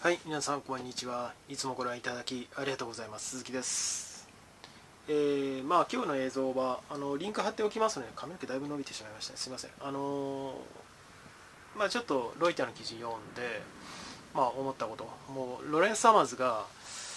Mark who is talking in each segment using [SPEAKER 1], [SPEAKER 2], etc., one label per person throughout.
[SPEAKER 1] はい、皆さんこんにちは。いつもご覧いただきありがとうございます。鈴木です。今日の映像はリンク貼っておきますので、髪の毛だいぶ伸びてしまいましたね。すいません。ちょっとロイターの記事読んで、思ったこと、もうロレンス・サマーズが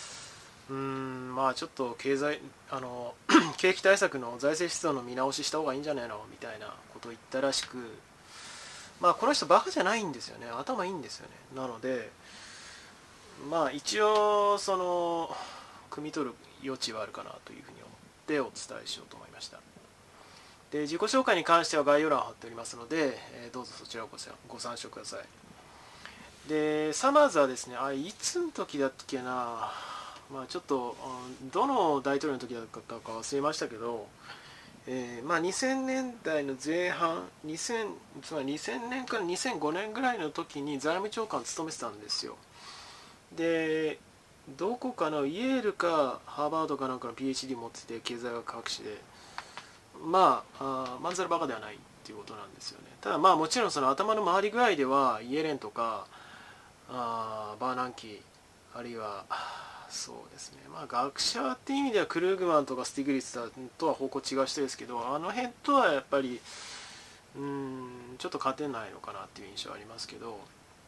[SPEAKER 1] ちょっと経済景気対策の財政出動の見直しした方がいいんじゃないのみたいなことを言ったらしく、この人バカじゃないんですよね。頭いいんですよね。なので一応汲み取る余地はあるかなというふうに思ってお伝えしようと思いました。で、自己紹介に関しては概要欄を貼っておりますので、どうぞそちらをご参照ください。で、サマーズはですね、いつの時だっけな、ちょっとどの大統領の時だったか忘れましたけど、2000年代の前半、つまり2000年から2005年ぐらいの時に財務長官を務めてたんですよ。で、どこかのイェールかハーバードかなんかの PhD 持ってて、経済学博士で、まんざらバカではないっていうことなんですよね。ただもちろんその頭の回り具合ではイエレンとかバーナンキー、あるいはそうですね、学者っていう意味ではクルーグマンとかスティグリッツとは方向違う人ですけど、あの辺とはやっぱりちょっと勝てないのかなっていう印象はありますけど、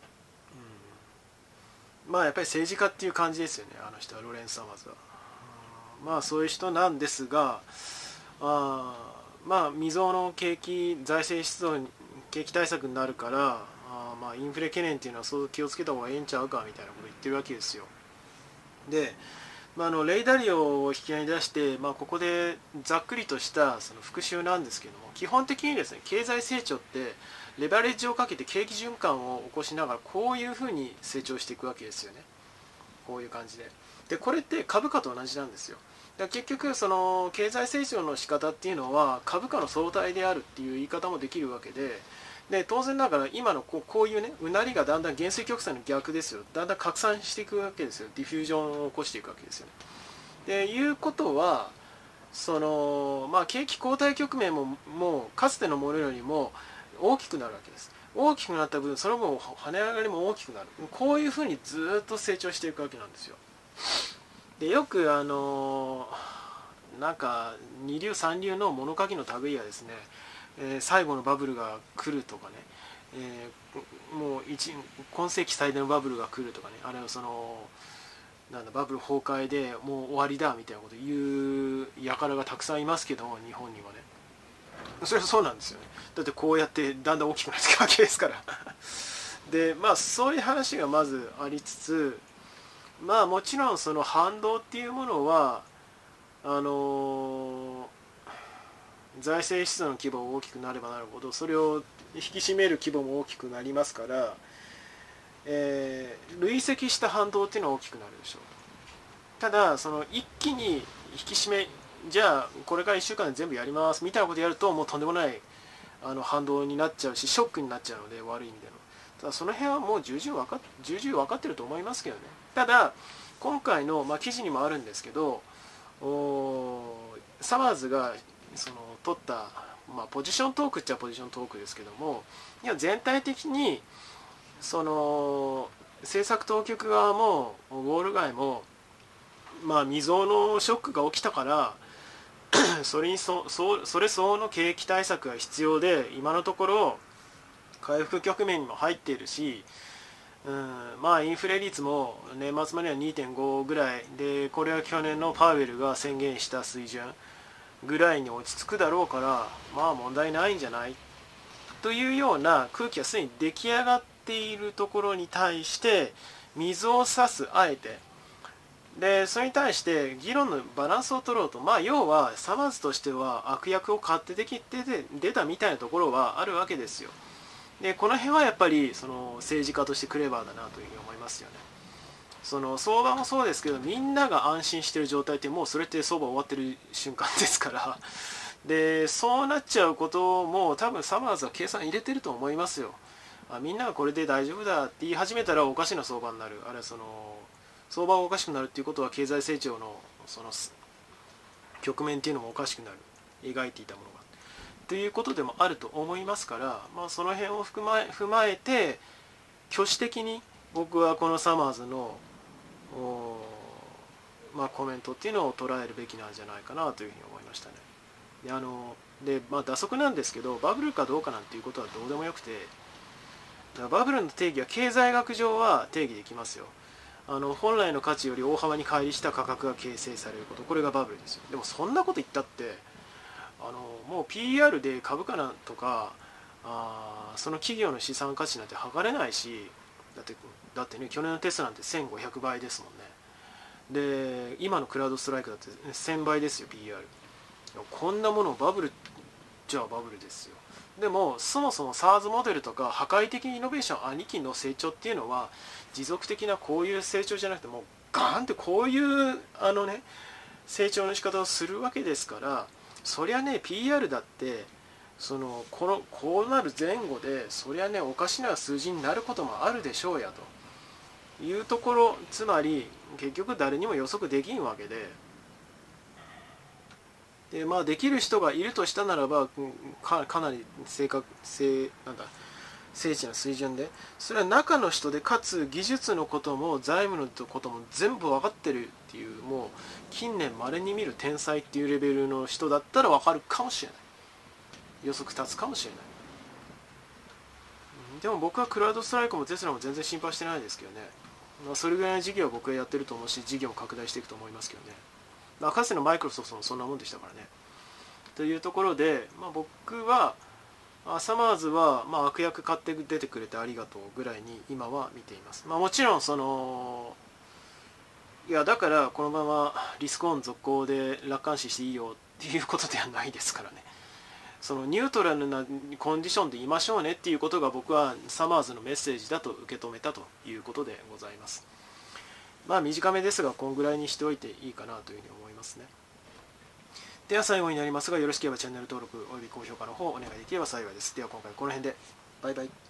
[SPEAKER 1] やっぱり政治家っていう感じですよね、あの人は。ロレンス・サマーズは。そういう人なんですが、未曾有の財政出動、景気対策になるから、インフレ懸念っていうのはそう気をつけた方がええんちゃうかみたいなことを言ってるわけですよ。で、レイダリオを引き合いに出して、ここでざっくりとしたその復習なんですけども、基本的にですね、経済成長ってレバレッジをかけて景気循環を起こしながらこういうふうに成長していくわけですよね。こういう感じで。で、これって株価と同じなんですよ。だから結局その経済成長の仕方っていうのは株価の相対であるっていう言い方もできるわけで、当然ながら今のこういうね、うなりがだんだん減衰曲線の逆ですよ。だんだん拡散していくわけですよ。ディフュージョンを起こしていくわけですよね。でいうことは、景気後退局面もかつてのものよりも大きくなるわけです。大きくなった分、その分跳ね上がりも大きくなる。こういうふうにずっと成長していくわけなんですよ。で、よくなんか二流三流の物書きの類はですね、最後のバブルが来るとかね、もう今世紀最大のバブルが来るとかね、あれはバブル崩壊でもう終わりだみたいなこと言う輩がたくさんいますけども、日本にもね。それはそうなんですよね。だってこうやってだんだん大きくなっていくわけですからで、そういう話がまずありつつ、もちろんその反動っていうものは財政出動の規模が大きくなればなるほど、それを引き締める規模も大きくなりますから、累積した反動っていうのは大きくなるでしょう。ただその一気に引き締め、じゃあこれから1週間で全部やりますみたいなことやると、もうとんでもない反動になっちゃうし、ショックになっちゃうので、悪い意味での。ただその辺はもう重々分かってると思いますけどね。ただ今回の、記事にもあるんですけど、サマーズが取った、ポジショントークっちゃポジショントークですけども、いや全体的に政策当局側もウォール街も、未曾有のショックが起きたからそれ相応の景気対策が必要で、今のところ回復局面にも入っているし、インフレ率も年末までは 2.5 ぐらいで、これは去年のパウエルが宣言した水準ぐらいに落ち着くだろうから、問題ないんじゃないというような空気がすでに出来上がっているところに対して水を差す、あえて。でそれに対して議論のバランスを取ろうと、要はサマーズとしては悪役を買って出たみたいなところはあるわけですよ。でこの辺はやっぱり政治家としてクレバーだなというふうに思いますよね。相場もそうですけど、みんなが安心している状態って、もうそれって相場終わってる瞬間ですからでそうなっちゃうことも多分サマーズは計算入れてると思いますよ。みんながこれで大丈夫だって言い始めたらおかしな相場になる。あるいは相場がおかしくなるっていうことは、経済成長の局面っていうのもおかしくなる、描いていたものがということでもあると思いますから、その辺を踏まえて挙手的に僕はこのサマーズのコメントっていうのを捉えるべきなんじゃないかなというふうに思いましたね。で打足なんですけど、バブルかどうかなんていうことはどうでもよくて、だからバブルの定義は経済学上は定義できますよ。本来の価値より大幅に乖離した価格が形成されること、これがバブルですよ。でもそんなこと言ったってもう PR で株価なんとかその企業の資産価値なんて測れないし、だってね、去年のテスラなんて1500倍ですもんね。で今のクラウドストライクだって1000倍ですよ PR。 こんなものバブルじゃあバブルですよ。でもそもそも SARS モデルとか破壊的イノベーションありきの成長っていうのは持続的なこういう成長じゃなくて、もうガーンってこういう成長の仕方をするわけですから、そりゃね PR だってこうなる前後でそりゃねおかしな数字になることもあるでしょうやというところ、つまり結局誰にも予測できんわけで、できる人がいるとしたならばかなり精緻な水準で、それは中の人で、かつ技術のことも財務のことも全部分かってるっていう、もう近年まれに見る天才っていうレベルの人だったら分かるかもしれない、予測立つかもしれない。でも僕はクラウドストライクもテスラも全然心配してないですけどね。それぐらいの事業は僕はやってると思うし、事業も拡大していくと思いますけどね。かつてのマイクロソフトもそんなもんでしたからね。というところで、僕はサマーズは悪役買って出てくれてありがとうぐらいに今は見ています。もちろんいやだからこのままリスクオン続行で楽観視していいよっていうことではないですからね。ニュートラルなコンディションでいましょうねっていうことが僕はサマーズのメッセージだと受け止めたということでございます。短めですがこんぐらいにしておいていいかなというふうに思いますね。では最後になりますが、よろしければチャンネル登録および高評価の方お願いできれば幸いです。では今回この辺でバイバイ。